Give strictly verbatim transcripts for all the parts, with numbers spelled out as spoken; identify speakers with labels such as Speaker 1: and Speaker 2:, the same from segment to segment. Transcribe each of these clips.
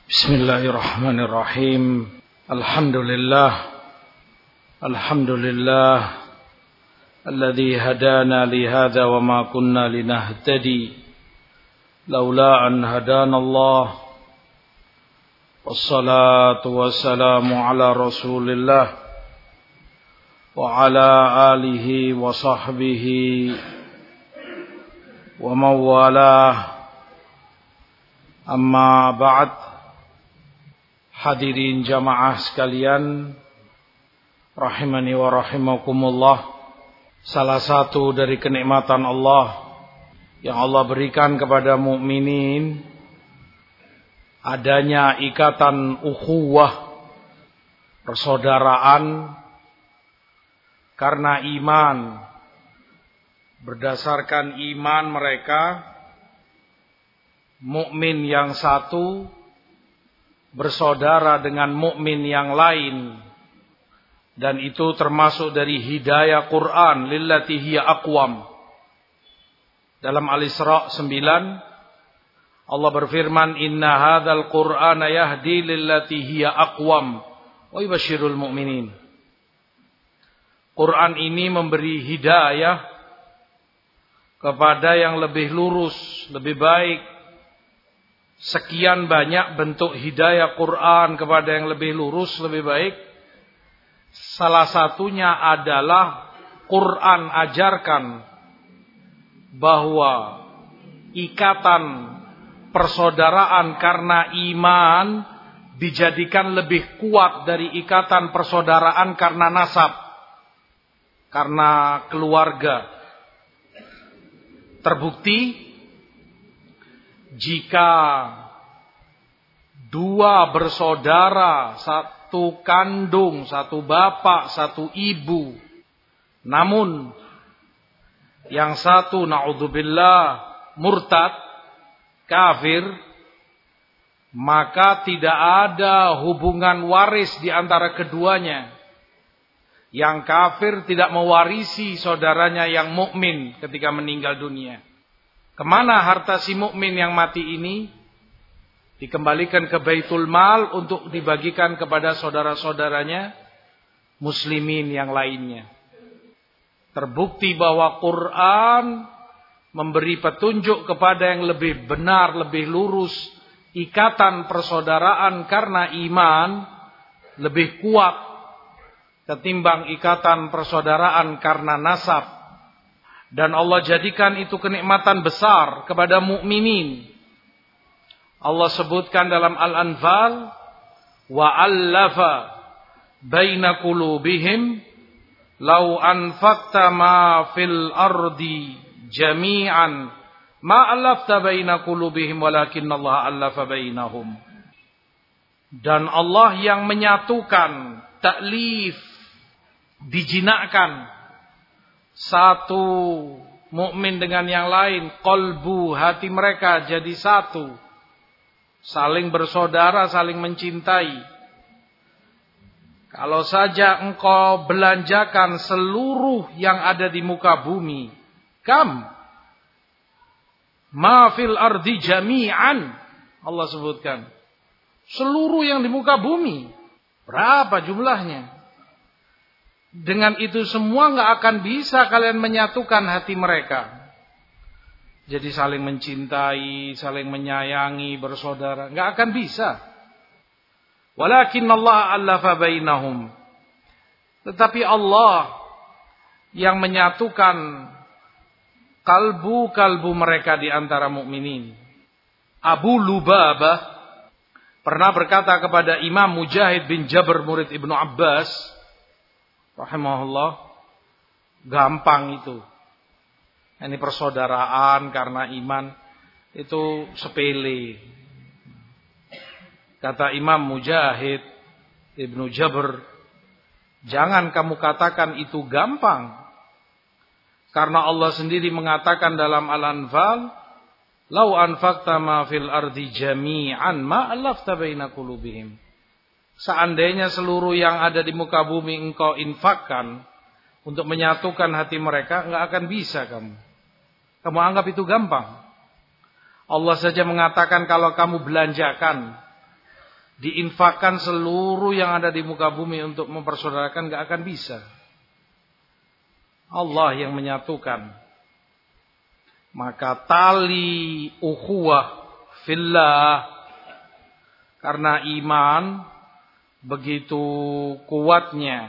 Speaker 1: Bismillahirrahmanirrahim. Alhamdulillah. Alhamdulillah alladzi hadana li hadza wa ma kunna linahtadi laula an hadanallah. Wassalatu wassalamu ala Rasulillah wa ala alihi wa sahbihi wa mawalah. Amma ba'd. Hadirin jamaah sekalian, rahimani wa rahimakumullah. Salah satu dari kenikmatan Allah yang Allah berikan kepada mukminin adanya ikatan ukhuwah, persaudaraan karena iman. Berdasarkan iman mereka, mukmin yang satu bersaudara dengan mukmin yang lain, dan itu termasuk dari hidayah Quran, lillati hiya aqwam. Dalam Al-Isra sembilan Allah berfirman, inna hadzal qur'ana yahdi lillati hiya aqwam wa yubashshirul mu'minin. Quran ini memberi hidayah kepada yang lebih lurus, lebih baik. Sekian banyak bentuk hidayah Quran kepada yang lebih lurus, lebih baik. Salah satunya adalah Quran ajarkan bahwa ikatan persaudaraan karena iman dijadikan lebih kuat dari ikatan persaudaraan karena nasab, karena keluarga. Terbukti jika dua bersaudara, satu kandung, satu bapak, satu ibu, namun yang satu na'udzubillah murtad, kafir, maka tidak ada hubungan waris di antara keduanya. Yang kafir tidak mewarisi saudaranya yang mukmin ketika meninggal dunia. Kemana harta si mukmin yang mati ini? Dikembalikan ke Baitul Mal untuk dibagikan kepada saudara-saudaranya muslimin yang lainnya. Terbukti bahwa Quran memberi petunjuk kepada yang lebih benar, lebih lurus. Ikatan persaudaraan karena iman lebih kuat ketimbang ikatan persaudaraan karena nasab. Dan Allah jadikan itu kenikmatan besar kepada mukminin. Allah sebutkan dalam Al-Anfal, wa 'allafa baina qulubihim law anfaqta ma fil ardi jami'an ma 'allafta baina qulubihim walakinnallaha 'allafa bainahum. Dan Allah yang menyatukan, taklif, dijinakkan satu mukmin dengan yang lain, qalbu, hati mereka jadi satu, saling bersaudara, saling mencintai. Kalau saja engkau belanjakan seluruh yang ada di muka bumi, kam ma fil ardi jami'an, Allah sebutkan seluruh yang di muka bumi, berapa jumlahnya? Dengan itu semua gak akan bisa kalian menyatukan hati mereka. Jadi saling mencintai, saling menyayangi, bersaudara. Gak akan bisa. Walakinnallaha 'allafa bainahum. Tetapi Allah yang menyatukan kalbu-kalbu mereka di antara mukminin. Abu Lubabah pernah berkata kepada Imam Mujahid bin Jabr, murid Ibnu Abbas rahimahullah, gampang itu. Ini persaudaraan karena iman itu sepele. Kata Imam Mujahid Ibnu Jabr, jangan kamu katakan itu gampang. Karena Allah sendiri mengatakan dalam Al-Anfal, lau anfaqta ma fil ardi jami'an ma allafta baina qulubihim. Seandainya seluruh yang ada di muka bumi engkau infakkan untuk menyatukan hati mereka, enggak akan bisa kamu. Kamu anggap itu gampang. Allah saja mengatakan kalau kamu belanjakan diinfakkan seluruh yang ada di muka bumi untuk mempersaudarakan, gak akan bisa. Allah yang menyatukan. Maka tali ukhuwah fillah, karena iman begitu kuatnya.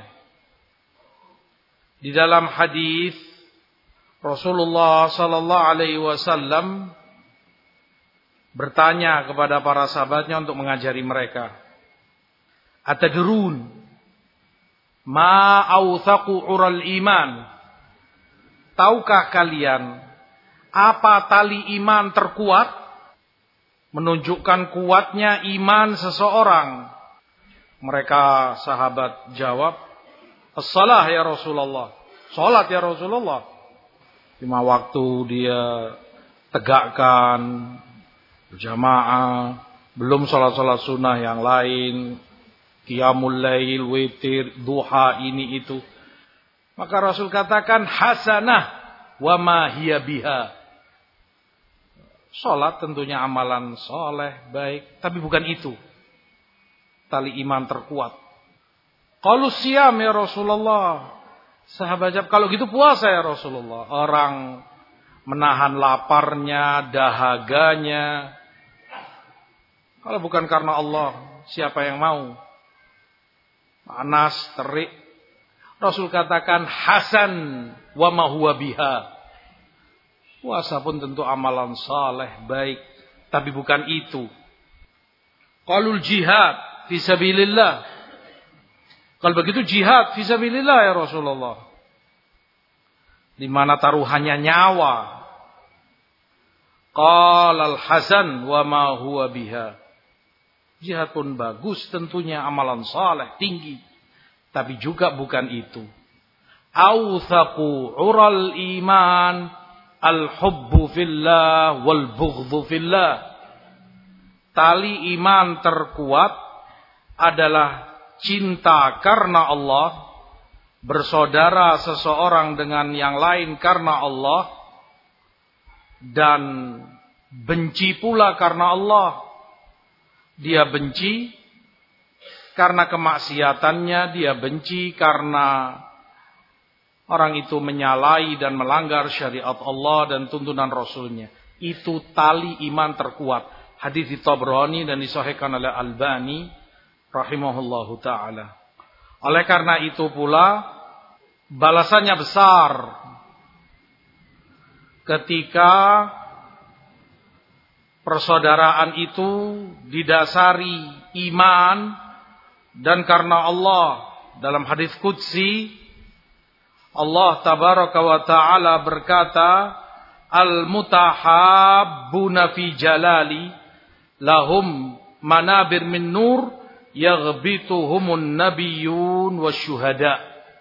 Speaker 1: Di dalam hadis Rasulullah sallallahu alaihi wasallam bertanya kepada para sahabatnya untuk mengajari mereka. Atadrun ma awthaqu ural iman? Tahukah kalian apa tali iman terkuat? Menunjukkan kuatnya iman seseorang. Mereka sahabat jawab, as-salah ya Rasulullah. Salat ya Rasulullah. Lima waktu dia tegakkan berjamaah, belum salat-salat sunnah yang lain, qiyamul lail, witir, duha, ini itu. Maka Rasul katakan hasanah wa ma hiya biha. Salat tentunya amalan soleh, baik, tapi bukan itu tali iman terkuat. Qalu siyam ya Rasulullah. Sahabat jawab, kalau gitu puasa ya Rasulullah. Orang menahan laparnya, dahaganya. Kalau bukan karena Allah, siapa yang mau? Panas, terik. Rasul katakan hasan wa ma huwa biha. Puasa pun tentu amalan saleh, baik, tapi bukan itu. Qalul jihad fi sabilillah. Kalau begitu jihad fi sabilillah ya Rasulullah. Di mana taruhannya nyawa. Qalal hasan wa ma huwa biha. Jihad pun bagus, tentunya amalan saleh, tinggi. Tapi juga bukan itu. Awthaqu ural iman al-hubbu fillah wal bughdhu fillah. Tali iman terkuat adalah cinta karena Allah, bersaudara seseorang dengan yang lain karena Allah, dan benci pula karena Allah. Dia benci karena kemaksiatannya, dia benci karena orang itu menyalahi dan melanggar syariat Allah dan tuntunan Rasulnya. Itu tali iman terkuat. Hadis di Tabrani dan disahihkan oleh Albani rahimahullahu ta'ala. Oleh karena itu pula balasannya besar ketika persaudaraan itu didasari iman. Dan karena Allah, dalam hadis qudsi, Allah tabaraka wa ta'ala berkata, al-mutahabbuna fi jalali lahum manabir min nur yaghbituhumun nabiyyun wasyuhada.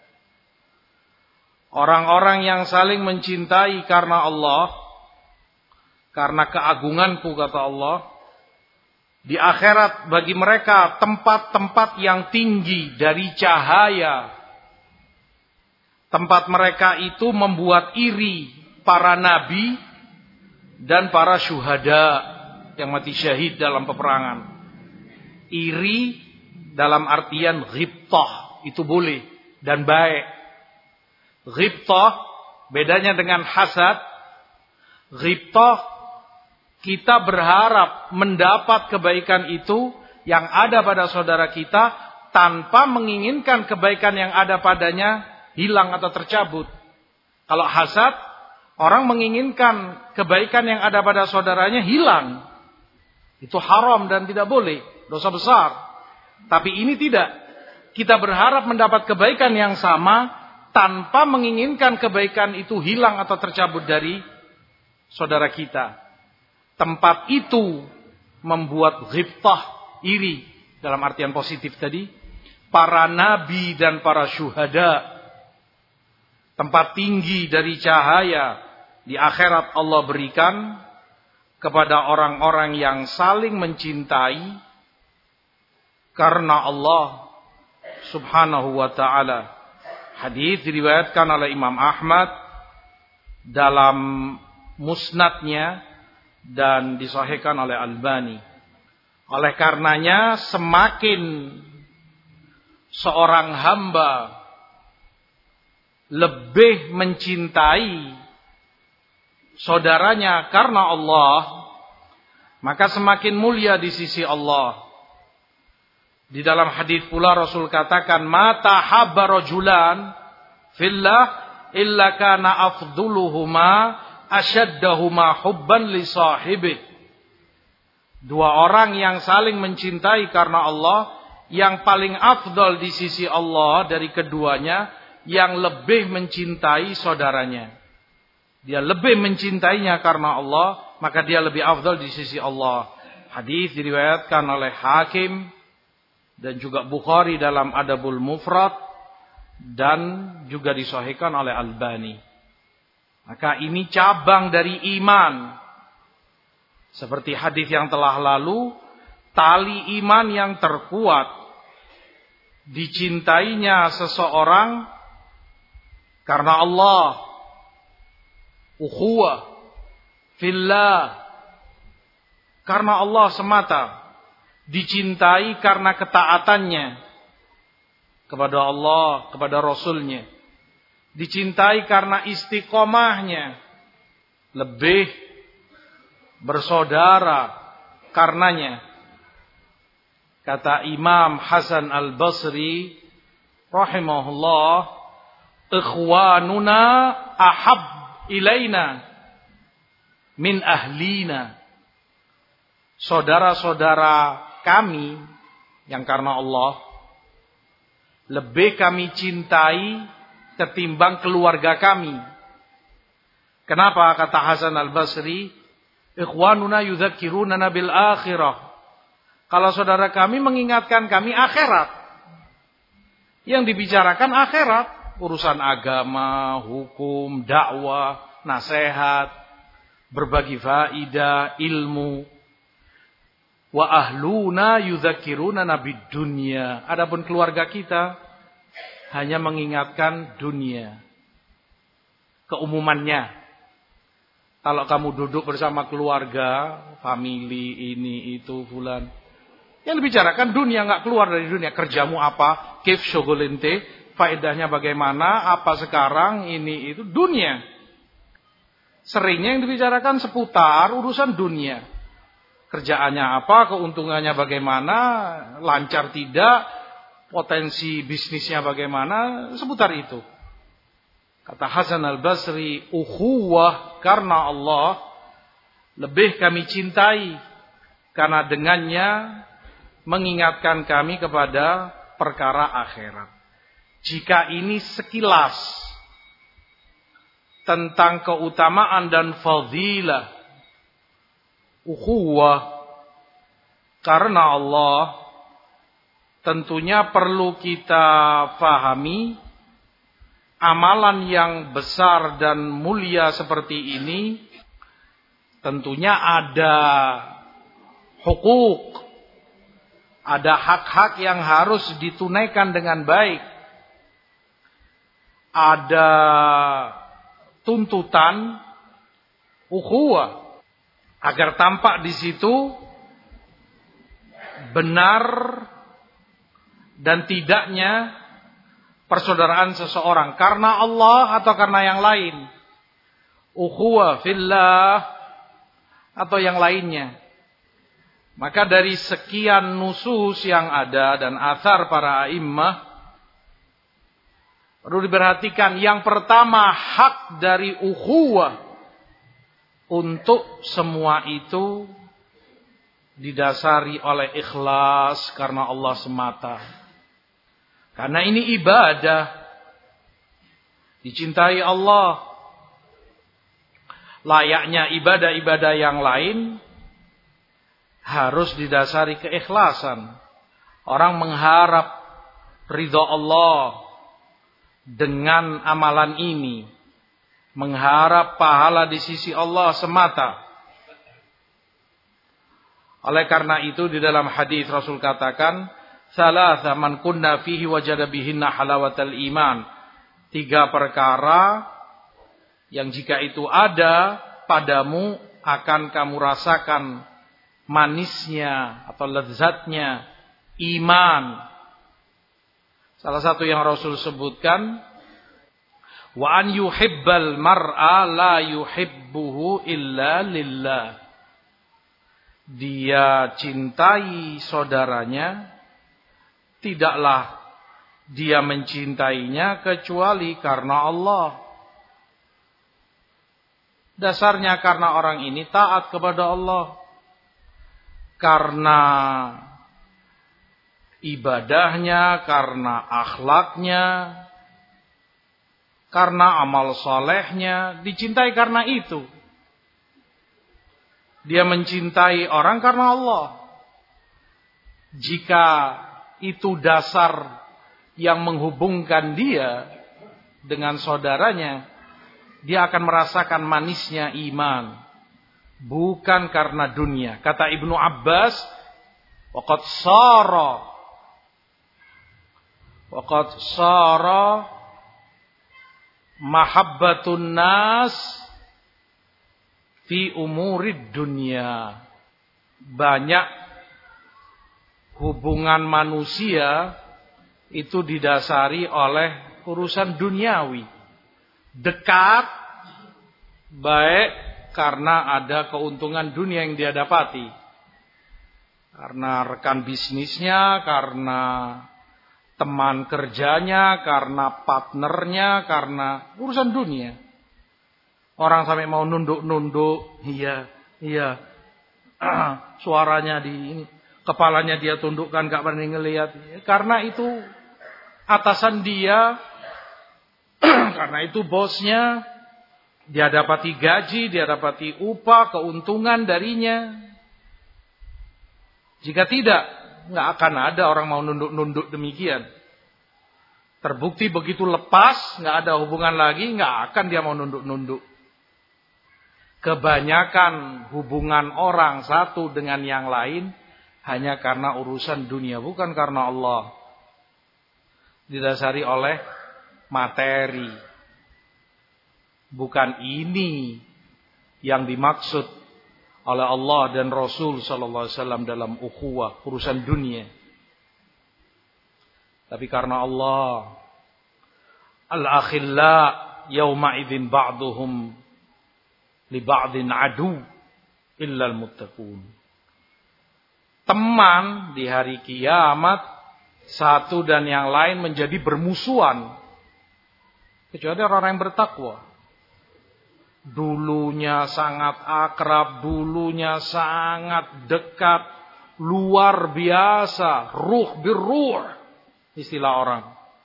Speaker 1: Orang-orang yang saling mencintai karena Allah, karena keagunganku kata Allah, di akhirat bagi mereka tempat-tempat yang tinggi dari cahaya. Tempat mereka itu membuat iri para nabi dan para syuhada yang mati syahid dalam peperangan. Iri dalam artian ghibtah, itu boleh dan baik. Ghibtah bedanya dengan hasad. Ghibtah, kita berharap mendapat kebaikan itu yang ada pada saudara kita tanpa menginginkan kebaikan yang ada padanya hilang atau tercabut. Kalau hasad, orang menginginkan kebaikan yang ada pada saudaranya hilang. Itu haram dan tidak boleh, dosa besar. Tapi ini tidak. Kita berharap mendapat kebaikan yang sama tanpa menginginkan kebaikan itu hilang atau tercabut dari saudara kita. Tempat itu membuat ghibtah, iri dalam artian positif tadi, para nabi dan para syuhada. Tempat tinggi dari cahaya di akhirat Allah berikan kepada orang-orang yang saling mencintai karena Allah subhanahu wa ta'ala. Hadis diriwayatkan oleh Imam Ahmad dalam musnadnya dan disahihkan oleh Albani. Oleh karenanya semakin seorang hamba lebih mencintai saudaranya karena Allah, maka semakin mulia di sisi Allah. Di dalam hadis pula Rasul katakan, "Mata habba rajulan fillah illa kana afduluhuma asyaddahuma hubban li sahibih." Dua orang yang saling mencintai karena Allah, yang paling afdal di sisi Allah dari keduanya, yang lebih mencintai saudaranya. Dia lebih mencintainya karena Allah, maka dia lebih afdal di sisi Allah. Hadis diriwayatkan oleh Hakim dan juga Bukhari dalam Adabul Mufrad dan juga disahihkan oleh Albani. Maka ini cabang dari iman. Seperti hadis yang telah lalu, tali iman yang terkuat dicintainya seseorang karena Allah, ukhuwah fillah, karena Allah semata, dicintai karena ketaatannya kepada Allah, kepada Rasulnya, dicintai karena istiqomahnya, lebih bersaudara karenanya. Kata Imam Hasan Al-Basri rahimahullah, ikhwanuna ahab ilaina min ahlina. Saudara-saudara kami yang karena Allah lebih kami cintai ketimbang keluarga kami. Kenapa? Kata Hasan Al-Basri, ikhwanuna yudzakkiruna bil akhirah. Kalau saudara kami mengingatkan kami akhirat. Yang dibicarakan akhirat, urusan agama, hukum, dakwah, nasihat, berbagi faidah, ilmu. Wa ahluna yudzakkiruna bid dunya. Adapun keluarga kita hanya mengingatkan dunia. Keumumannya. Kalau kamu duduk bersama keluarga, family ini itu fulan, yang dibicarakan dunia, nggak keluar dari dunia. Kerjamu apa? Kif syugulinte, faedahnya bagaimana? Apa sekarang? Ini itu dunia. Seringnya yang dibicarakan seputar urusan dunia. Kerjaannya apa? Keuntungannya bagaimana? Lancar tidak? Potensi bisnisnya bagaimana? Seputar itu. Kata Hasan Al-Basri, ukhuwah karena Allah lebih kami cintai, karena dengannya mengingatkan kami kepada perkara akhirat. Jika ini sekilas tentang keutamaan dan fadilah ukhuwah karena Allah, tentunya perlu kita fahami amalan yang besar dan mulia seperti ini tentunya ada hukuk, ada hak-hak yang harus ditunaikan dengan baik. Ada tuntutan ukhuwah agar tampak di situ benar dan tidaknya persaudaraan seseorang karena Allah atau karena yang lain. Ukhuwah fillah atau yang lainnya. Maka dari sekian nusus yang ada dan athar para a'immah, perlu diperhatikan yang pertama, hak dari ukhuwah untuk semua itu didasari oleh ikhlas karena Allah semata. Karena ini ibadah, dicintai Allah. Layaknya ibadah-ibadah yang lain harus didasari keikhlasan. Orang mengharap ridha Allah dengan amalan ini, mengharap pahala di sisi Allah semata. Oleh karena itu di dalam hadis Rasul katakan, salasa man kunna fihi wajada bihinna halawatal iman. Tiga perkara yang jika itu ada padamu akan kamu rasakan manisnya atau lezatnya iman. Salah satu yang Rasul sebutkan, wa an yuhibbal mar'a la yuhibbuhu illa lillah. Dia cintai saudaranya, tidaklah dia mencintainya kecuali karena Allah. Dasarnya karena orang ini taat kepada Allah. Karena ibadahnya, karena akhlaknya, karena amal solehnya, dicintai karena itu. Dia mencintai orang karena Allah. Jika itu dasar yang menghubungkan dia dengan saudaranya, dia akan merasakan manisnya iman. Bukan karena dunia. Kata Ibnu Abbas, waqad sara waqad sara mahabbatun nas fi umurid dunya. Banyak hubungan manusia itu didasari oleh urusan duniawi. Dekat, baik karena ada keuntungan dunia yang dia dapati. Karena rekan bisnisnya, karena teman kerjanya, karena partnernya, karena urusan dunia. Orang sampai mau nunduk-nunduk, iya, iya. Suaranya di ini, kepalanya dia tundukkan, gak berani ngelihat. Karena itu atasan dia, karena itu bosnya, dia dapati gaji, dia dapati upah, keuntungan darinya. Jika tidak, nggak akan ada orang mau nunduk-nunduk demikian. Terbukti begitu lepas, nggak ada hubungan lagi, nggak akan dia mau nunduk-nunduk. Kebanyakan hubungan orang satu dengan yang lain hanya karena urusan dunia, bukan karena Allah. Didasari oleh materi. Bukan ini yang dimaksud oleh Allah dan Rasul sallallahu alaihi wasallam dalam ukhuwah, urusan dunia. Tapi karena Allah, al-akhilla yawma idzin ba'duhum li ba'din adu illa al-muttaqun. Teman di hari kiamat satu dan yang lain menjadi bermusuhan kecuali orang-orang yang bertakwa. Dulunya sangat akrab, dulunya sangat dekat, luar biasa, ruh birruh, istilah orang.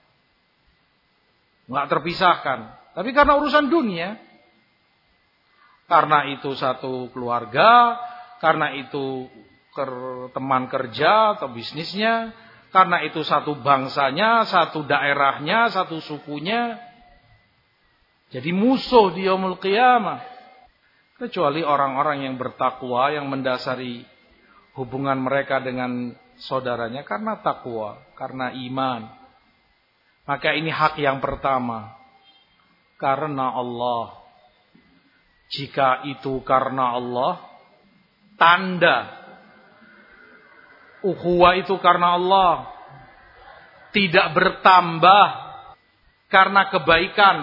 Speaker 1: Nggak terpisahkan. Tapi karena urusan dunia, karena itu satu keluarga, karena itu teman kerja atau bisnisnya, karena itu satu bangsanya, satu daerahnya, satu sukunya, jadi musuh di yaumul qiyamah. Kecuali orang-orang yang bertakwa, yang mendasari hubungan mereka dengan saudaranya karena takwa, karena iman. Maka ini hak yang pertama. Karena Allah. Jika itu karena Allah, tanda ukhuwah itu karena Allah, tidak bertambah karena kebaikan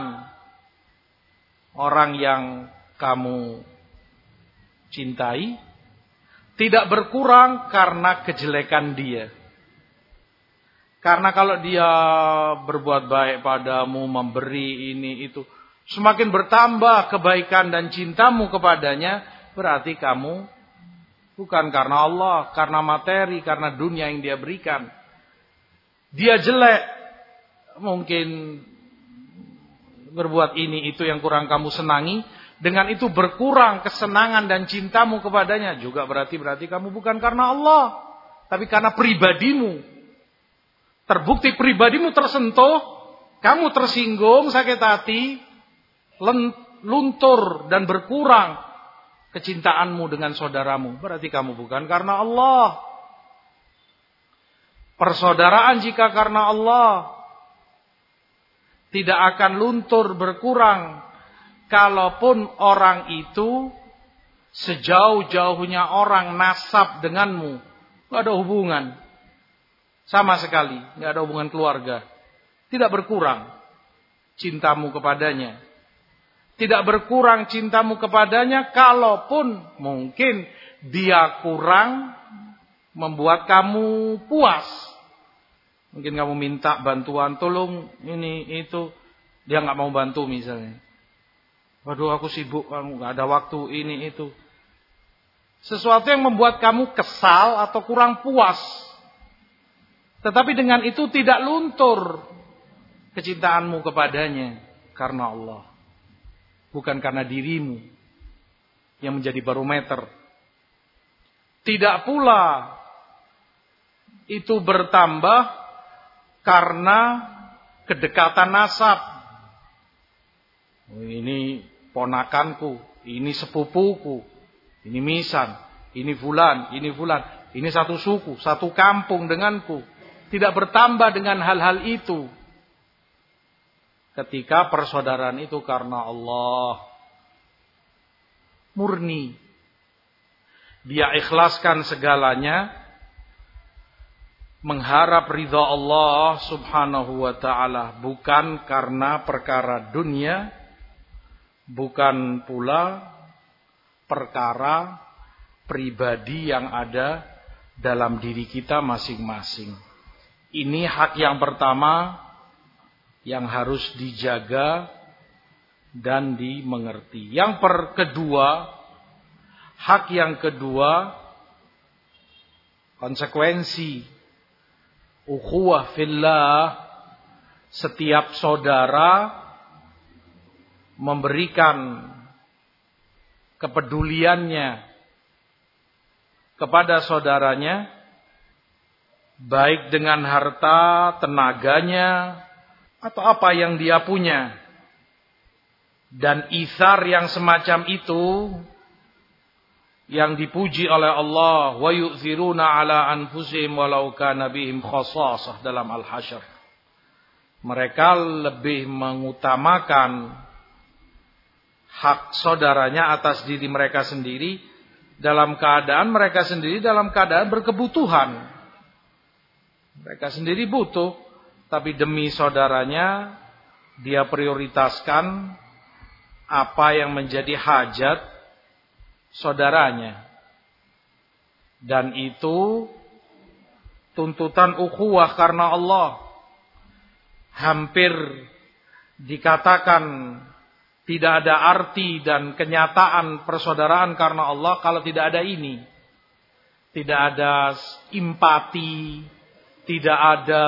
Speaker 1: orang yang kamu cintai, tidak berkurang karena kejelekan dia. Karena kalau dia berbuat baik padamu, memberi ini itu, semakin bertambah kebaikan dan cintamu kepadanya, berarti kamu bukan karena Allah, karena materi, karena dunia yang dia berikan. Dia jelek, mungkin berbuat ini itu yang kurang kamu senangi, dengan itu berkurang kesenangan dan cintamu kepadanya, juga berarti berarti kamu bukan karena Allah, tapi karena pribadimu. Terbukti pribadimu tersentuh, kamu tersinggung, sakit hati, luntur dan berkurang kecintaanmu dengan saudaramu, berarti kamu bukan karena Allah. Persaudaraan jika karena Allah tidak akan luntur berkurang, kalaupun orang itu sejauh-jauhnya orang nasab denganmu, nggak ada hubungan sama sekali, nggak ada hubungan keluarga, tidak berkurang cintamu kepadanya, tidak berkurang cintamu kepadanya, kalaupun mungkin dia kurang membuat kamu puas. Mungkin kamu minta bantuan, tolong ini itu, dia nggak mau bantu misalnya. Waduh, aku sibuk, nggak ada waktu ini itu. Sesuatu yang membuat kamu kesal atau kurang puas. Tetapi dengan itu tidak luntur kecintaanmu kepadanya karena Allah, bukan karena dirimu yang menjadi barometer. Tidak pula itu bertambah karena kedekatan nasab. Ini ponakanku, ini sepupuku, ini misan, ini fulan, ini fulan, ini satu suku, satu kampung denganku. Tidak bertambah dengan hal-hal itu. Ketika persaudaraan itu karena Allah, murni, dia ikhlaskan segalanya, mengharap ridha Allah subhanahu wa ta'ala, bukan karena perkara dunia, bukan pula perkara pribadi yang ada dalam diri kita masing-masing. Ini hak yang pertama yang harus dijaga dan dimengerti. Yang per kedua, hak yang kedua, konsekuensi ukhuwah fillah, setiap saudara memberikan kepeduliannya kepada saudaranya, baik dengan harta, tenaganya, atau apa yang dia punya. Dan itsar yang semacam itu yang dipuji oleh Allah, wa yu'thiruna ala anfusihim walau kana bihim khassasah, dalam Al-Hasyr. Mereka lebih mengutamakan hak saudaranya atas diri mereka sendiri, dalam keadaan mereka sendiri dalam keadaan berkebutuhan. Mereka sendiri butuh, tapi demi saudaranya dia prioritaskan apa yang menjadi hajat saudaranya. Dan itu tuntutan ukhuwah karena Allah. Hampir dikatakan tidak ada arti dan kenyataan persaudaraan karena Allah kalau tidak ada ini. Tidak ada empati, tidak ada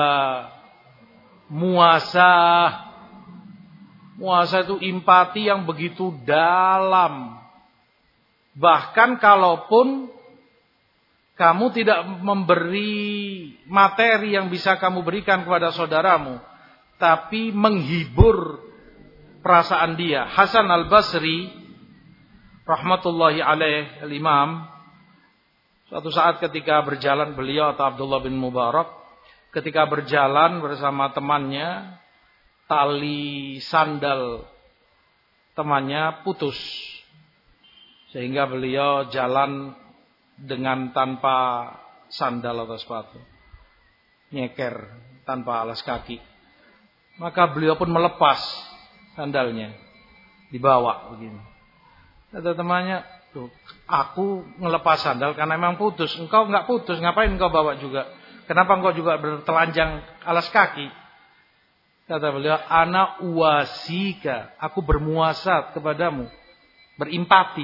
Speaker 1: muasah. Muasah itu empati yang begitu dalam. Bahkan kalaupun kamu tidak memberi materi yang bisa kamu berikan kepada saudaramu, tapi menghibur perasaan dia. Hasan Al-Basri rahmatullahi alaih, al-imam, suatu saat ketika berjalan beliau atau Abdullah bin Mubarak, ketika berjalan bersama temannya, tali sandal temannya putus, sehingga beliau jalan dengan tanpa sandal atau sepatu, nyeker tanpa alas kaki. Maka beliau pun melepas sandalnya, dibawa begini. Kata temannya, tuh, aku ngelepas sandal karena memang putus. Engkau nggak putus, ngapain engkau bawa juga? Kenapa engkau juga bertelanjang alas kaki? Kata beliau, ana uwasika, aku bermuasat kepadamu, berimpati.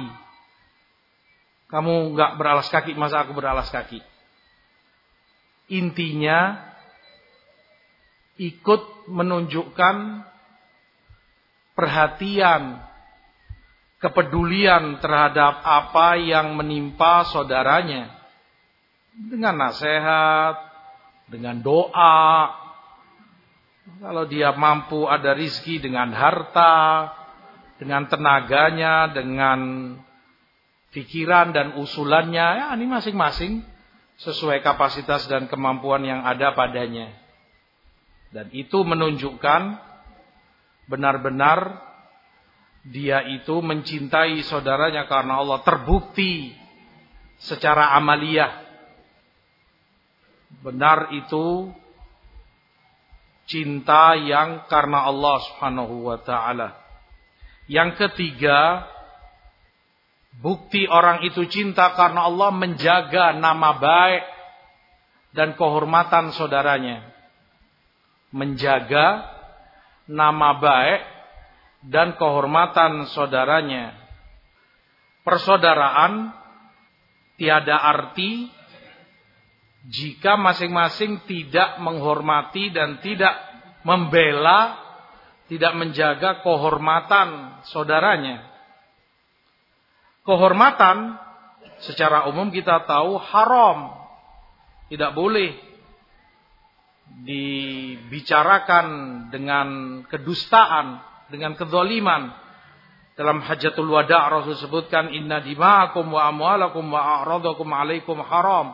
Speaker 1: Kamu nggak beralas kaki, masa aku beralas kaki? Intinya ikut menunjukkan perhatian, kepedulian terhadap apa yang menimpa saudaranya, dengan nasihat, dengan doa. Kalau dia mampu ada rizki, dengan harta, dengan tenaganya, dengan pikiran dan usulannya, ya ini masing-masing sesuai kapasitas dan kemampuan yang ada padanya. Dan itu menunjukkan benar-benar dia itu mencintai saudaranya karena Allah, terbukti secara amaliyah. Benar itu cinta yang karena Allah Subhanahu wa ta'ala. Yang ketiga, bukti orang itu cinta karena Allah menjaga nama baik dan kehormatan saudaranya. Menjaga nama baik dan kehormatan saudaranya. Persaudaraan tiada arti jika masing-masing tidak menghormati dan tidak membela, tidak menjaga kehormatan saudaranya. Kehormatan secara umum kita tahu haram. Tidak boleh dibicarakan dengan kedustaan, dengan kezaliman. Dalam Hajjatul Wada' Rasul sebutkan, inna dima'akum wa amwalakum wa a'radakum alaikum haram.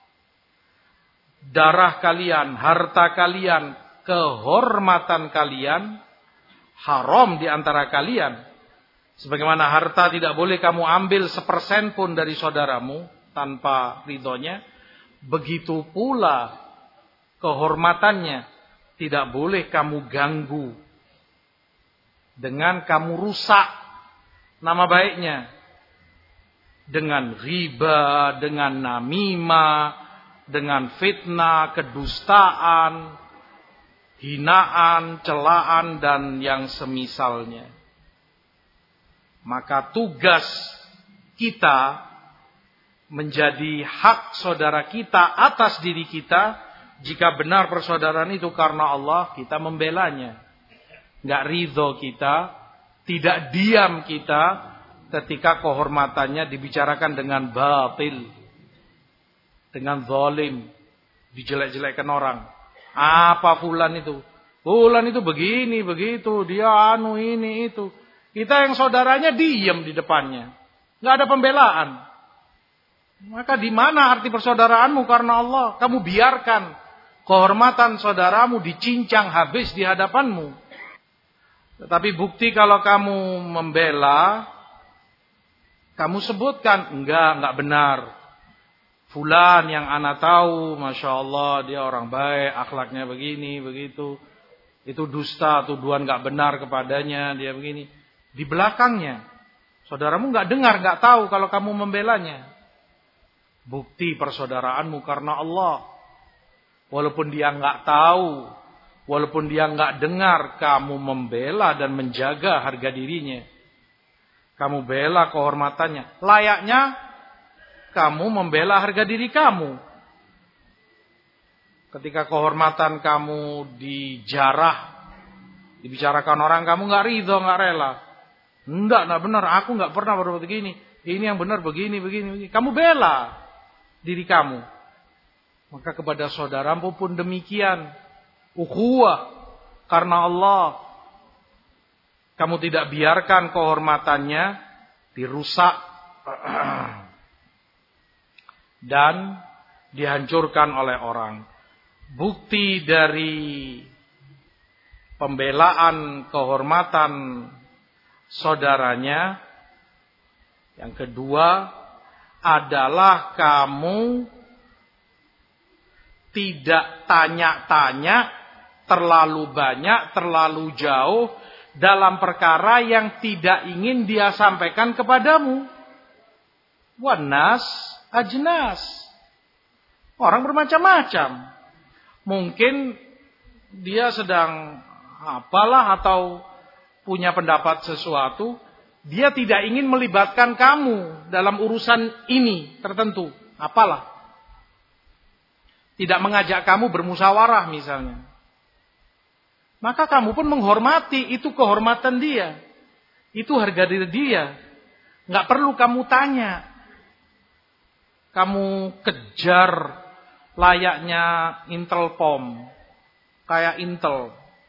Speaker 1: Darah kalian, harta kalian, kehormatan kalian haram di antara kalian. Sebagaimana harta tidak boleh kamu ambil sepersen pun dari saudaramu tanpa ridhonya, begitu pula kehormatannya tidak boleh kamu ganggu dengan kamu rusak nama baiknya dengan riba, dengan namimah, dengan fitnah, kedustaan, hinaan, celaan, dan yang semisalnya. Maka tugas kita menjadi hak saudara kita atas diri kita. Jika benar persaudaraan itu karena Allah, kita membelanya. Nggak ridho kita, tidak diam kita ketika kehormatannya dibicarakan dengan batil, dengan zalim, dijelek-jelekkan orang. Apa fulan itu? Fulan itu begini, begitu, dia anu ini itu. Kita yang saudaranya diam di depannya. Nggak ada pembelaan. Maka di mana arti persaudaraanmu karena Allah? Kamu biarkan kehormatan saudaramu dicincang habis di hadapanmu. Tetapi bukti kalau kamu membela, kamu sebutkan, enggak, enggak benar. Fulan yang ana tahu, Masya Allah, dia orang baik, akhlaknya begini, begitu. Itu dusta, tuduhan enggak benar kepadanya, dia begini. Di belakangnya, saudaramu enggak dengar, enggak tahu kalau kamu membelanya. Bukti persaudaraanmu karena Allah. Walaupun dia enggak tahu, walaupun dia enggak dengar, kamu membela dan menjaga harga dirinya. Kamu bela kehormatannya. Layaknya kamu membela harga diri kamu. Ketika kehormatan kamu dijarah, dibicarakan orang, kamu enggak ridho, enggak rela. Enggak, enggak benar, aku enggak pernah berbuat begini. Ini yang benar begini, begini, begini. Kamu bela diri kamu. Maka kepada saudaramu pun demikian. Ukhuwah karena Allah. Kamu tidak biarkan kehormatannya dirusak dan dihancurkan oleh orang. Bukti dari pembelaan kehormatan saudaranya yang kedua adalah kamu tidak tanya-tanya terlalu banyak, terlalu jauh dalam perkara yang tidak ingin dia sampaikan kepadamu. Wanas ajnas. Orang bermacam-macam. Mungkin dia sedang apalah atau punya pendapat sesuatu, dia tidak ingin melibatkan kamu dalam urusan ini tertentu. Apalah. Tidak mengajak kamu bermusyawarah misalnya. Maka kamu pun menghormati, itu kehormatan dia. Itu harga diri dia. Nggak perlu kamu tanya. Kamu kejar layaknya Intelpom. Kayak Intel.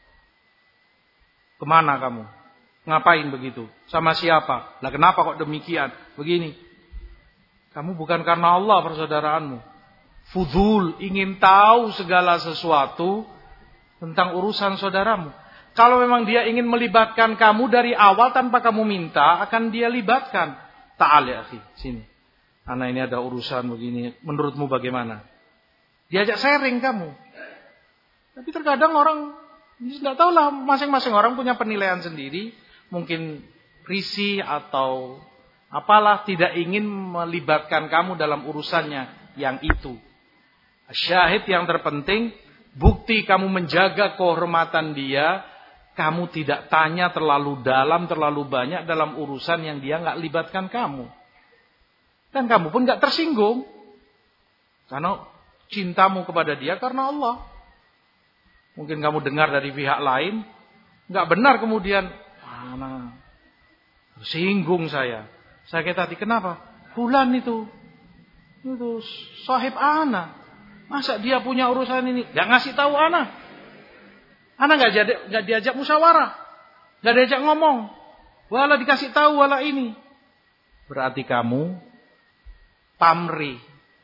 Speaker 1: Kemana kamu? Ngapain begitu? Sama siapa? Lah kenapa kok demikian? Begini. Kamu bukan karena Allah persaudaraanmu. Fudul, ingin tahu segala sesuatu tentang urusan saudaramu. Kalau memang dia ingin melibatkan kamu dari awal tanpa kamu minta, akan dia libatkan. Ta'al ya akhi, sini. Anak ini ada urusan begini, menurutmu bagaimana? Diajak sharing kamu. Tapi terkadang orang, tidak tahu lah, masing-masing orang punya penilaian sendiri. Mungkin risih atau apalah, tidak ingin melibatkan kamu dalam urusannya yang itu. Syahid yang terpenting, bukti kamu menjaga kehormatan dia, kamu tidak tanya terlalu dalam, terlalu banyak dalam urusan yang dia nggak libatkan kamu. Dan kamu pun nggak tersinggung. Karena cintamu kepada dia karena Allah. Mungkin kamu dengar dari pihak lain, nggak benar kemudian, mana tersinggung saya. Saya kata hati, kenapa? Fulan itu, itu sahib ana. Masa dia punya urusan ini? Nggak ngasih tahu ana. Ana nggak jadi, nggak diajak musyawarah, nggak diajak ngomong, wala dikasih tahu wala ini. Berarti kamu pamri.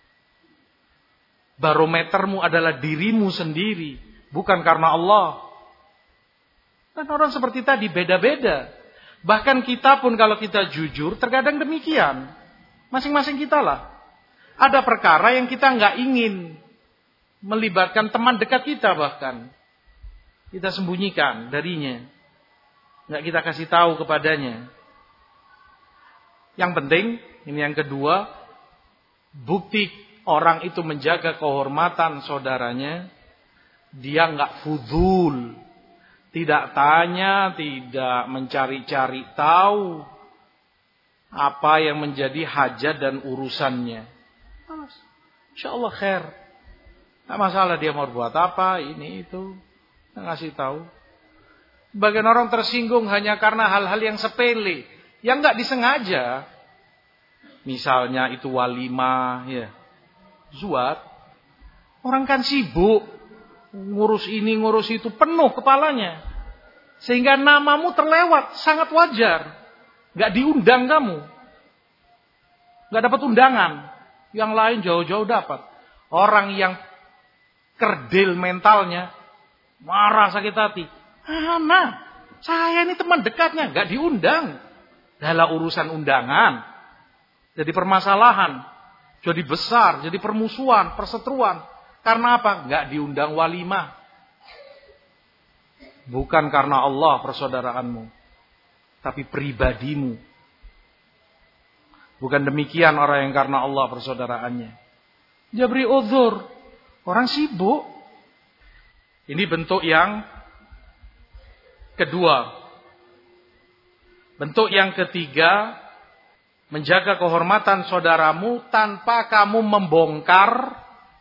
Speaker 1: Barometermu adalah dirimu sendiri, bukan karena Allah. Dan orang seperti tadi beda-beda. Bahkan kita pun kalau kita jujur, terkadang demikian. Masing-masing kita lah. Ada perkara yang kita nggak ingin melibatkan teman dekat kita bahkan. Kita sembunyikan darinya. Nggak kita kasih tahu kepadanya. Yang penting, ini yang kedua, bukti orang itu menjaga kehormatan saudaranya, dia nggak fudul. Tidak tanya, tidak mencari-cari tahu apa yang menjadi hajat dan urusannya. Insya Allah khair. Nggak masalah dia mau buat apa, ini itu. Ngasih tahu. Sebagian orang tersinggung hanya karena hal-hal yang sepele, yang nggak disengaja. Misalnya itu walimah, ya, zuat. Orang kan sibuk, ngurus ini, ngurus itu, penuh kepalanya, sehingga namamu terlewat, sangat wajar. Nggak diundang kamu, nggak dapat undangan. Yang lain jauh-jauh dapat. Orang yang kerdil mentalnya, marah sakit hati. Ana, saya ini teman dekatnya, nggak diundang. Dalam urusan undangan, jadi permasalahan, jadi besar, jadi permusuhan, perseteruan. Karena apa? Nggak diundang walimah. Bukan karena Allah persaudaraanmu, tapi pribadimu. Bukan demikian orang yang karena Allah persaudaraannya. Dia beri uzur, orang sibuk. Ini bentuk yang kedua. Bentuk yang ketiga, menjaga kehormatan saudaramu tanpa kamu membongkar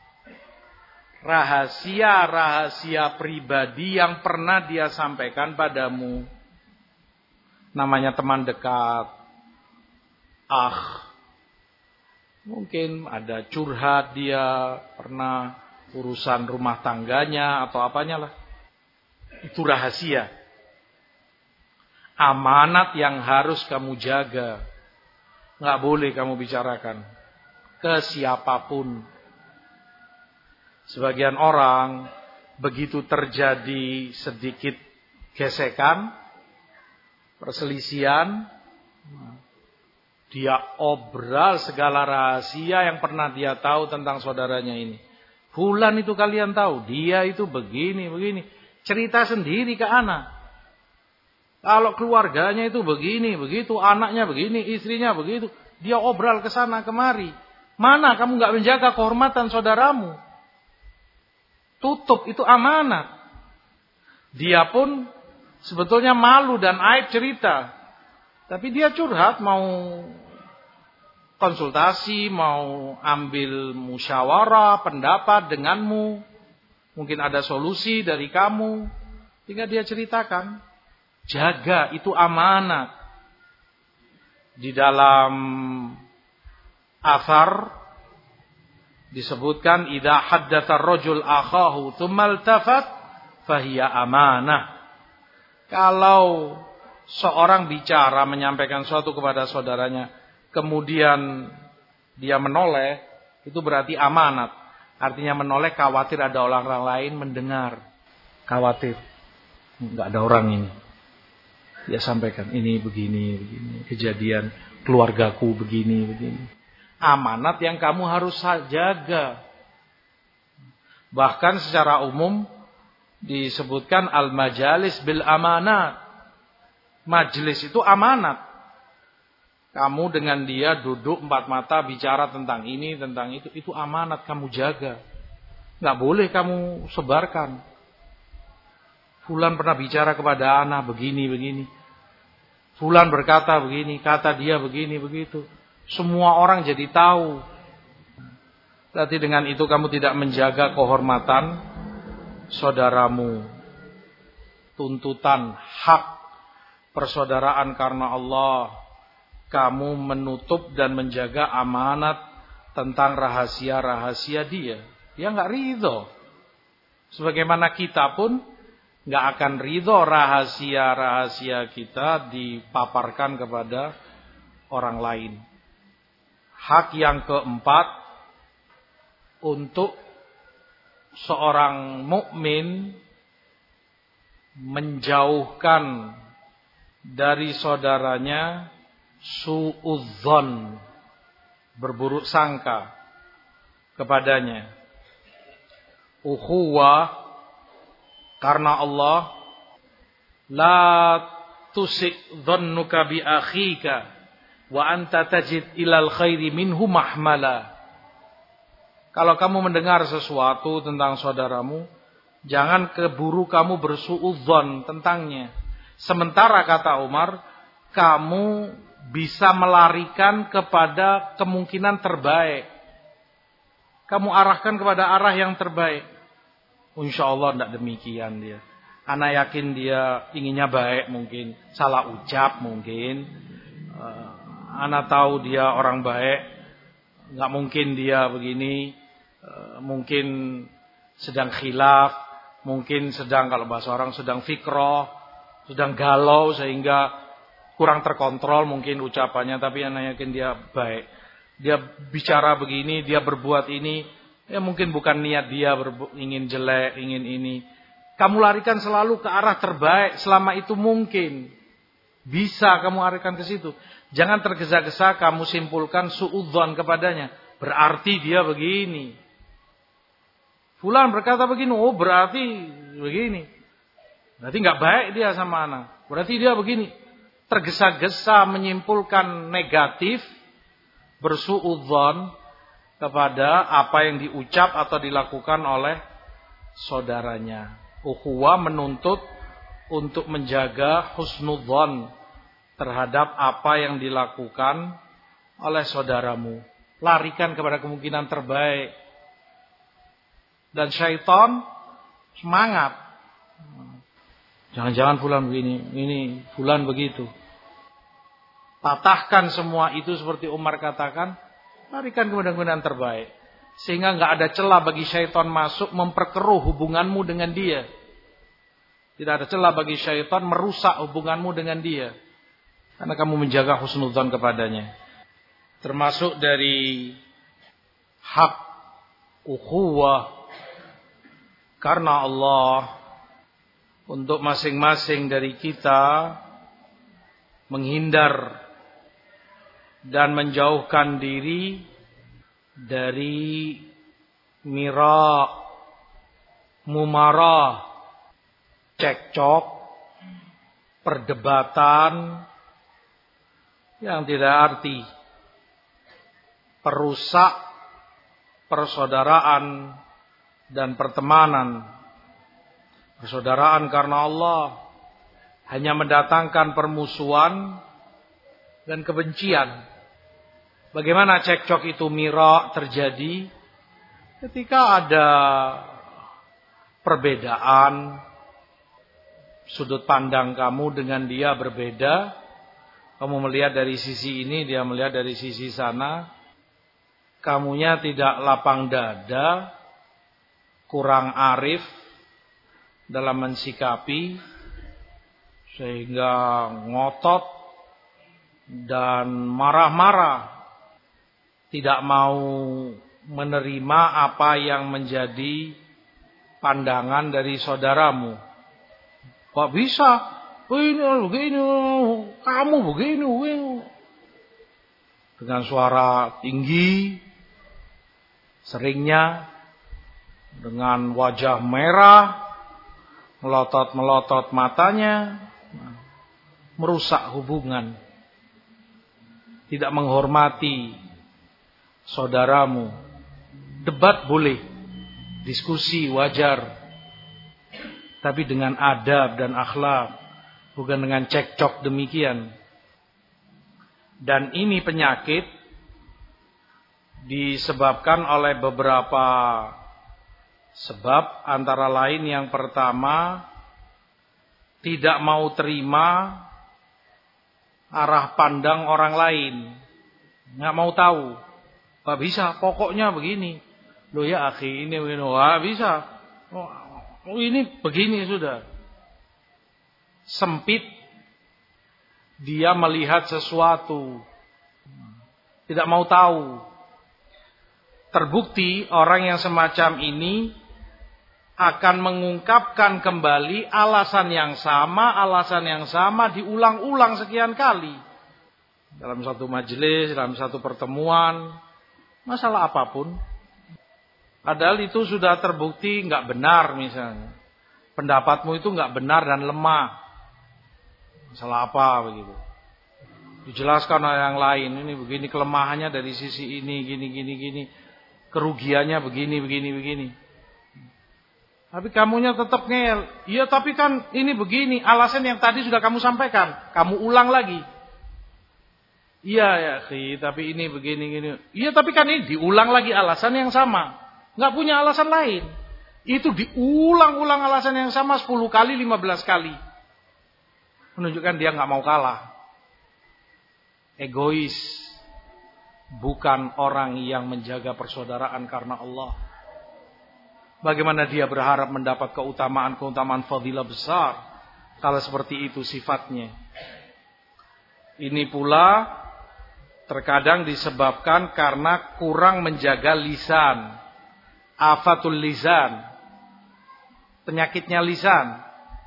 Speaker 1: rahasia-rahasia pribadi yang pernah dia sampaikan padamu. Namanya teman dekat. Ah, mungkin ada curhat dia, pernah urusan rumah tangganya atau apanya lah. Itu rahasia. Amanat yang harus kamu jaga. Nggak boleh kamu bicarakan ke siapapun. Sebagian orang begitu terjadi sedikit gesekan, perselisihan, dia obral segala rahasia yang pernah dia tahu tentang saudaranya ini. Fulan itu kalian tahu, dia itu begini, begini. Cerita sendiri ke anak. Kalau keluarganya itu begini, begitu, anaknya begini, istrinya begitu. Dia obral ke sana kemari. Mana kamu nggak menjaga kehormatan saudaramu? Tutup, itu amanat. Dia pun sebetulnya malu dan aib cerita. Tapi dia curhat, mau konsultasi, mau ambil musyawarah, pendapat denganmu. Mungkin ada solusi dari kamu. Tinggal dia ceritakan. Jaga, itu amanat. Di dalam athar disebutkan, idza haddatsa ar-rajul akhahu tsumma iltafat fahiya amanah. Kalau seorang bicara menyampaikan sesuatu kepada saudaranya, kemudian dia menoleh, itu berarti amanat. Artinya menoleh khawatir ada orang lain mendengar. Khawatir. Enggak ada orang ini. Dia sampaikan, ini begini, begini, kejadian keluargaku begini, begini. Amanat yang kamu harus jaga. Bahkan secara umum disebutkan al-majalis bil amanat. Majelis itu amanat. Kamu dengan dia duduk empat mata bicara tentang ini, tentang itu. Itu amanat kamu jaga. Nggak boleh kamu sebarkan. Fulan pernah bicara kepada ana begini, begini. Fulan berkata begini, kata dia begini, begitu. Semua orang jadi tahu. Berarti dengan itu kamu tidak menjaga kehormatan saudaramu. Tuntutan hak persaudaraan karena Allah. Kamu menutup dan menjaga amanat tentang rahasia-rahasia dia. Dia nggak ridho. Sebagaimana kita pun nggak akan ridho rahasia-rahasia kita dipaparkan kepada orang lain. Hak yang keempat, untuk seorang mukmin menjauhkan dari saudaranya suudzon, berburuk sangka kepadanya. Ukhuwah karena Allah, la tusik dhannuka bi akhika wa anta tajid ilal khairi minhu mahmala. Kalau kamu mendengar sesuatu tentang saudaramu, jangan keburu kamu bersuudzon tentangnya. Sementara kata Umar, kamu bisa melarikan kepada kemungkinan terbaik. Kamu arahkan kepada arah yang terbaik. Insya Allah tidak demikian dia. Ana yakin dia inginnya baik mungkin. Salah ucap mungkin. Uh, Ana tahu dia orang baik. Nggak mungkin dia begini. Uh, mungkin sedang khilaf. Mungkin sedang, kalau bahasa orang, sedang fikroh. Sedang galau sehingga kurang terkontrol mungkin ucapannya. Tapi Ana yakin dia baik. Dia bicara begini, dia berbuat ini. Ya mungkin bukan niat dia berbu- ingin jelek, ingin ini. Kamu larikan selalu ke arah terbaik selama itu mungkin. Bisa kamu larikan ke situ. Jangan tergesa-gesa kamu simpulkan suudzon kepadanya. Berarti dia begini. Fulan berkata begini, oh berarti begini. Berarti nggak baik dia sama anak. Berarti dia begini. Tergesa-gesa menyimpulkan negatif, bersuudzon kepada apa yang diucap atau dilakukan oleh saudaranya. Ukhuwah menuntut untuk menjaga husnudzon terhadap apa yang dilakukan oleh saudaramu. Larikan kepada kemungkinan terbaik. Dan syaitan semangat. Jangan-jangan fulan begini, ini fulan begitu. Patahkan semua itu seperti Umar katakan, larikan kepada kemungkinan terbaik. Sehingga nggak ada celah bagi syaitan masuk memperkeruh hubunganmu dengan dia. Tidak ada celah bagi syaitan merusak hubunganmu dengan dia. Karena kamu menjaga husnudzon kepadanya. Termasuk dari hak ukhuwah karena Allah untuk masing-masing dari kita menghindar dan menjauhkan diri dari mira, mumarah, cekcok, perdebatan yang tidak arti, perusak persaudaraan dan pertemanan. Persaudaraan karena Allah hanya mendatangkan permusuhan dan kebencian. Bagaimana cekcok itu mira terjadi? Ketika ada perbedaan, sudut pandang kamu dengan dia berbeda, kamu melihat dari sisi ini, dia melihat dari sisi sana, kamunya tidak lapang dada, kurang arif dalam mensikapi, sehingga ngotot dan marah-marah, tidak mau menerima apa yang menjadi pandangan dari saudaramu.
Speaker 2: Kok bisa? Oh, ini begini, kamu begini, begini. Dengan suara tinggi, seringnya dengan wajah merah, melotot-melotot matanya, merusak hubungan. Tidak menghormati saudaramu. Debat boleh, diskusi wajar, tapi dengan adab dan akhlak, bukan dengan cekcok demikian. Dan ini penyakit disebabkan oleh beberapa sebab, antara lain yang pertama, tidak mau terima arah pandang orang lain. Nggak mau tahu. Gak bisa, pokoknya begini. Loh ya akhi, ini begini. Gak bisa. Oh, ini begini sudah. Sempit. Dia melihat sesuatu. Tidak mau tahu. Terbukti orang yang semacam ini akan mengungkapkan kembali alasan yang sama, alasan yang sama diulang-ulang sekian kali. Dalam satu majelis, dalam satu pertemuan, masalah apapun. Padahal itu sudah terbukti nggak benar misalnya. Pendapatmu itu nggak benar dan lemah. Masalah apa begitu? Dijelaskan oleh yang lain, ini begini kelemahannya dari sisi ini, gini, gini, gini. Kerugiannya begini, begini, begini. Tapi kamunya tetap ngel. Iya tapi kan ini begini, alasan yang tadi sudah kamu sampaikan. Kamu ulang lagi. Iya ya akhi, tapi ini begini, gini. Iya tapi kan ini diulang lagi alasan yang sama. Nggak punya alasan lain. Itu diulang-ulang alasan yang sama sepuluh kali, lima belas kali. Menunjukkan dia nggak mau kalah. Egois. Bukan orang yang menjaga persaudaraan karena Allah. Bagaimana dia berharap mendapat keutamaan-keutamaan fadilah besar kalau seperti itu sifatnya. Ini pula terkadang disebabkan karena kurang menjaga lisan. Afatul lisan. Penyakitnya lisan.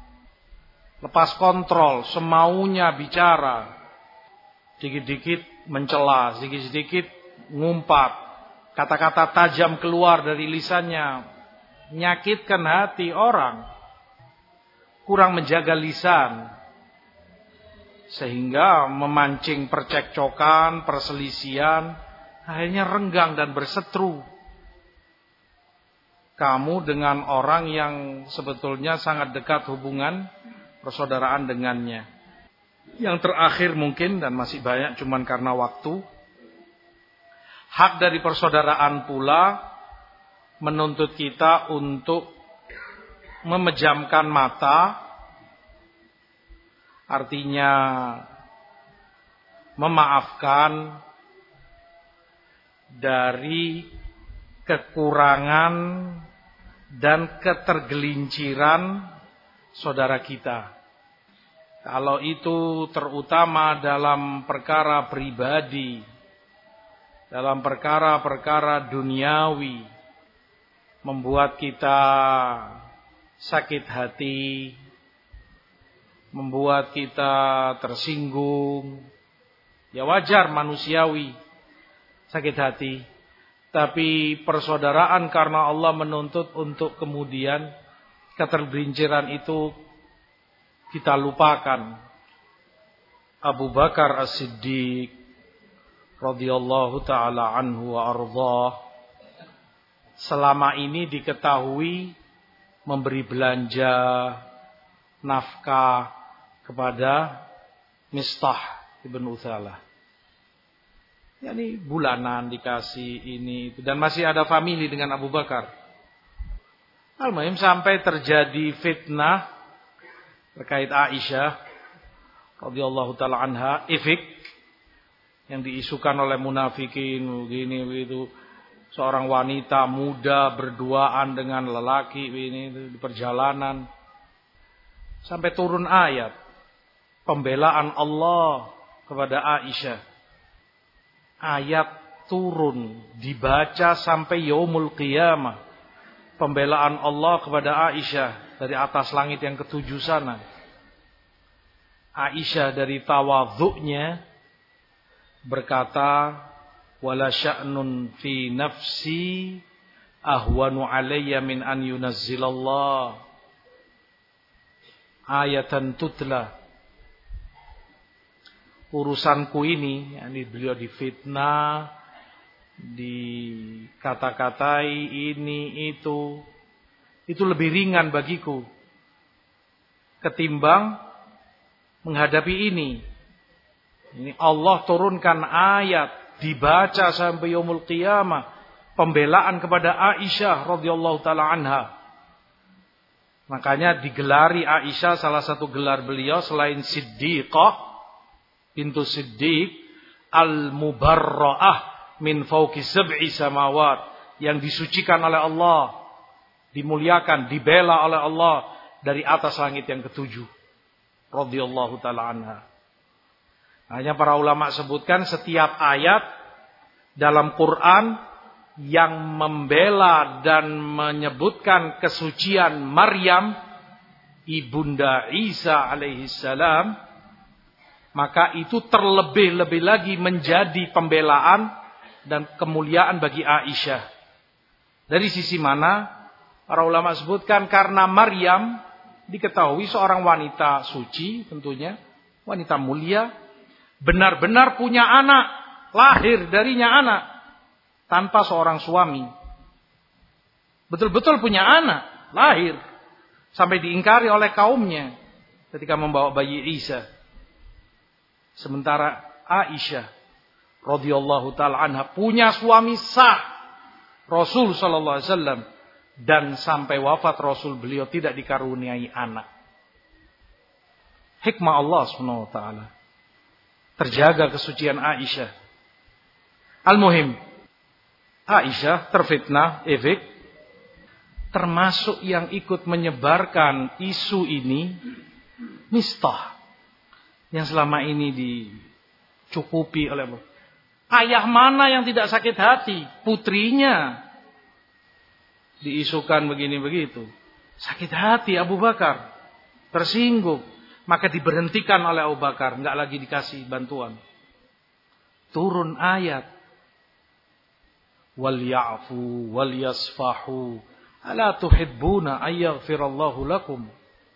Speaker 2: Lepas kontrol, semaunya bicara. Sedikit-sedikit mencela, sedikit-sedikit ngumpat. Kata-kata tajam keluar dari lisannya. Menyakitkan hati orang. Kurang menjaga lisan. Sehingga memancing percekcokan, perselisihan. Akhirnya renggang dan berseteru. Kamu dengan orang yang sebetulnya sangat dekat hubungan persaudaraan dengannya. Yang terakhir mungkin, dan masih banyak cuman karena waktu. Hak dari persaudaraan pula menuntut kita untuk memejamkan mata, artinya memaafkan dari kekurangan dan ketergelinciran saudara kita. Kalau itu terutama dalam perkara pribadi, dalam perkara-perkara duniawi, membuat kita sakit hati, membuat kita tersinggung. Ya wajar manusiawi sakit hati. Tapi persaudaraan karena Allah menuntut untuk kemudian ketergelinciran itu kita lupakan. Abu Bakar As-Siddiq radhiyallahu taala anhu wa ardhah selama ini diketahui memberi belanja nafkah kepada Mistah ibn Uthalah. Yani bulanan dikasih ini itu, dan masih ada famili dengan Abu Bakar. Al-Muhim sampai terjadi fitnah terkait Aisyah radhiyallahu taala anha, ifik yang diisukan oleh munafikin begini begitu, seorang wanita muda berduaan dengan lelaki ini di perjalanan, sampai turun ayat pembelaan Allah kepada Aisyah. Ayat turun dibaca sampai yaumul qiyamah. Pembelaan Allah kepada Aisyah dari atas langit yang ketujuh sana.
Speaker 1: Aisyah dari tawadhu'nya berkata, wala sya'nun fi nafsi ahwanu alayya min an yunazzilallah ayatan tutla. Urusanku ini, yakni beliau difitnah, dikata-katai ini itu, itu lebih ringan bagiku ketimbang menghadapi ini. Ini Allah turunkan ayat, dibaca sampai yaumul qiyamah, pembelaan kepada Aisyah radhiyallahu taala anha. Makanya digelari Aisyah, salah satu gelar beliau selain Siddiqah, pintu Siddiq, al-mubarra'ah min fawqi sab'i samawat, yang disucikan oleh Allah, dimuliakan, dibela oleh Allah dari atas langit yang ketujuh. Radhiyallahu taala anha. Hanya para ulama sebutkan setiap ayat dalam Quran yang membela dan menyebutkan kesucian Maryam, ibunda Isa alaihi salam, maka itu terlebih-lebih lagi menjadi pembelaan dan kemuliaan bagi Aisyah. Dari sisi mana? Para ulama sebutkan karena Maryam diketahui seorang wanita suci, tentunya wanita mulia, benar-benar punya anak, lahir darinya anak tanpa seorang suami. Betul-betul punya anak, lahir, sampai diingkari oleh kaumnya ketika membawa bayi Isa. Sementara Aisyah radhiyallahu taala anha punya suami sah, Rasul sallallahu alaihi wasallam, dan sampai wafat Rasul beliau tidak dikaruniai anak. Hikmah Allah subhanahu wa ta'ala. Terjaga kesucian Aisyah. Al-muhim, Aisyah terfitnah, efek, termasuk yang ikut menyebarkan isu ini Mistah, yang selama ini dicukupi oleh ayah mana yang tidak sakit hati, putrinya diisukan begini begitu, sakit hati Abu Bakar, tersinggung, maka diberhentikan oleh Abu Bakar, enggak lagi dikasih bantuan. Turun ayat, wal ya'fu wal yasfahu ala tuhibbuna ayyaghfirallahu lakum.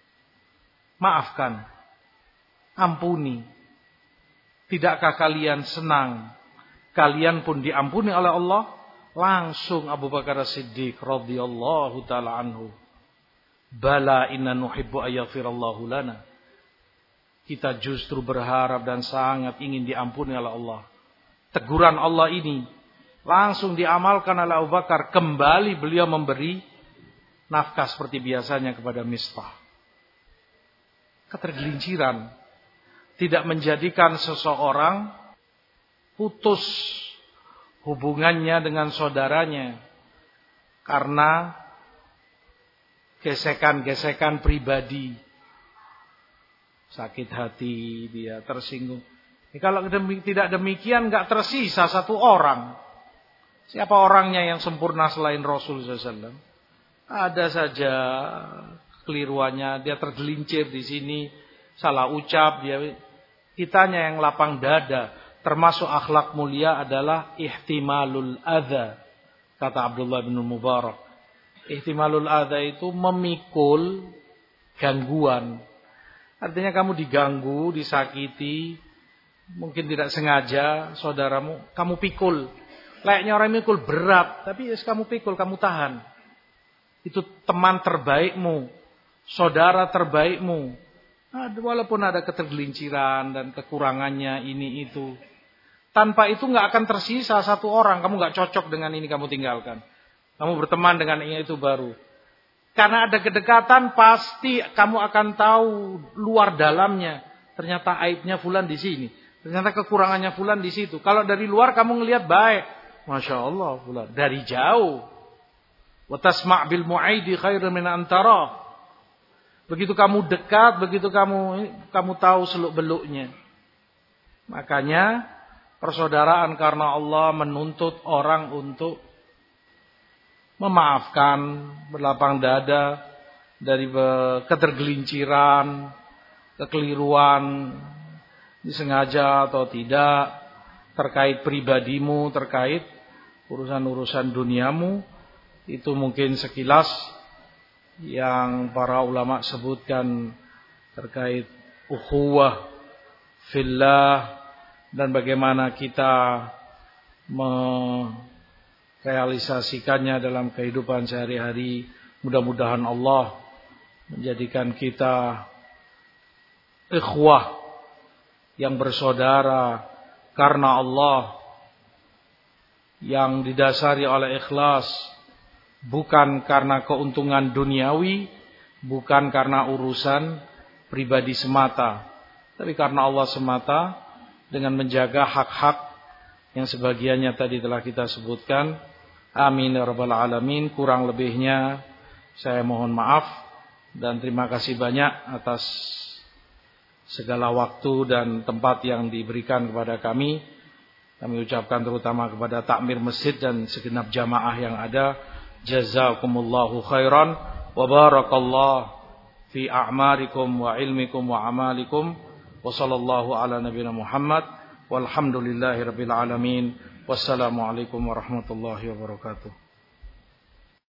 Speaker 1: Maafkan, ampuni. Tidakkah kalian senang kalian pun diampuni oleh Allah? Langsung Abu Bakar As-Siddiq radhiyallahu taala anhu, bala inna nuhibbu ayyaghfirallahu lana. Kita justru berharap dan sangat ingin diampuni oleh Allah. Teguran Allah ini langsung diamalkan oleh Abu Bakar. Kembali beliau memberi nafkah seperti biasanya kepada Mistah. Ketergelinciran tidak menjadikan seseorang putus hubungannya dengan saudaranya karena gesekan-gesekan pribadi, sakit hati, dia tersinggung. Ya, kalau tidak demikian, nggak tersisa satu orang. Siapa orangnya yang sempurna selain Rasul sallallahu alaihi wasallam? Ada saja keliruannya, dia tergelincir di sini, salah ucap, dia kitanya yang lapang dada. Termasuk akhlak mulia adalah ihtimalul adza, kata Abdullah bin Mubarak. Ihtimalul adza itu memikul gangguan. Artinya kamu diganggu, disakiti, mungkin tidak sengaja saudaramu, kamu pikul. Layaknya orang mikul berat, tapi yes, kamu pikul, kamu tahan. Itu teman terbaikmu, saudara terbaikmu. Nah, walaupun ada ketergelinciran dan kekurangannya ini itu, tanpa itu nggak akan tersisa satu orang. Kamu nggak cocok dengan ini, kamu tinggalkan. Kamu berteman dengan ini itu baru. Karena ada kedekatan, pasti kamu akan tahu luar dalamnya. Ternyata aibnya fulan di sini. Ternyata kekurangannya fulan di situ. Kalau dari luar kamu ngelihat baik, masya Allah fulan. Dari jauh. Wa tasma' bil mu'aidi khairun min antara. Begitu kamu dekat, begitu kamu kamu tahu seluk-beluknya. Makanya persaudaraan karena Allah menuntut orang untuk memaafkan, berlapang dada dari ketergelinciran, kekeliruan disengaja atau tidak terkait pribadimu, terkait urusan-urusan duniamu, itu mungkin sekilas yang para ulama sebutkan terkait ukhuwah fillah dan bagaimana kita merealisasikannya dalam kehidupan sehari-hari. Mudah-mudahan Allah menjadikan kita ikhwah yang bersaudara karena Allah, yang didasari oleh ikhlas, bukan karena keuntungan duniawi, bukan karena urusan pribadi semata, tapi karena Allah semata, dengan menjaga hak-hak yang sebagiannya tadi telah kita sebutkan. Amin ya rabbal alamin. Kurang lebihnya saya mohon maaf dan terima kasih banyak atas segala waktu dan tempat yang diberikan kepada kami. Kami ucapkan terutama kepada takmir masjid dan segenap jamaah yang ada. Jazakumullahu khairan wa barakallahu fi a'marikum wa ilmikum wa amalikum. Wa sallallahu ala nabiyina Muhammad walhamdulillahi rabbil alamin. Wassalamualaikum warahmatullahi wabarakatuh.